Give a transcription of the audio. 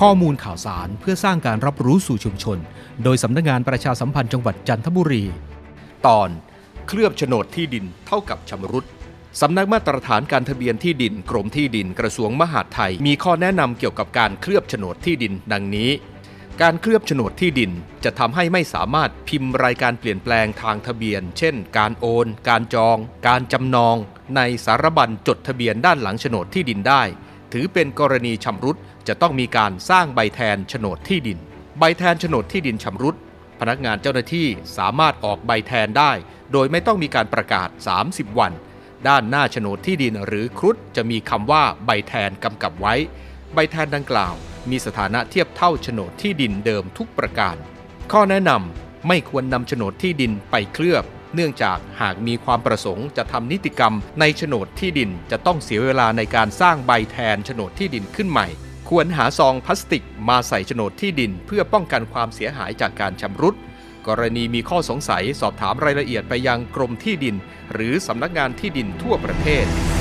ข้อมูลข่าวสารเพื่อสร้างการรับรู้สู่ชุมชนโดยสำนักงานประชาสัมพันธ์จังหวัดจันทบุรีตอนเคลือบโฉนดที่ดินเท่ากับชำรุดสำนักมาตรฐานการทะเบียนที่ดินกรมที่ดินกระทรวงมหาดไทยมีข้อแนะนำเกี่ยวกับการเคลือบโฉนดที่ดินดังนี้การเคลือบโฉนดที่ดินจะทำให้ไม่สามารถพิมพ์รายการเปลี่ยนแปลงทางทะเบียนเช่นการโอนการจองการจำนองในสารบัญจดทะเบียนด้านหลังโฉนดที่ดินได้ถือเป็นกรณีชำรุดจะต้องมีการสร้างใบแทนโฉนดที่ดินใบแทนโฉนดที่ดินชำรุดพนักงานเจ้าหน้าที่สามารถออกใบแทนได้โดยไม่ต้องมีการประกาศ30วันด้านหน้าโฉนดที่ดินหรือครุฑจะมีคำว่าใบแทนกำกับไว้ใบแทนดังกล่าวมีสถานะเทียบเท่าโฉนดที่ดินเดิมทุกประการข้อแนะนำไม่ควรนำโฉนดที่ดินไปเคลือบเนื่องจากหากมีความประสงค์จะทำนิติกรรมในโฉนดที่ดินจะต้องเสียเวลาในการสร้างใบแทนโฉนดที่ดินขึ้นใหม่ควรหาซองพลาสติกมาใส่โฉนดที่ดินเพื่อป้องกันความเสียหายจากการชำรุดกรณีมีข้อสงสัยสอบถามรายละเอียดไปยังกรมที่ดินหรือสำนักงานที่ดินทั่วประเทศ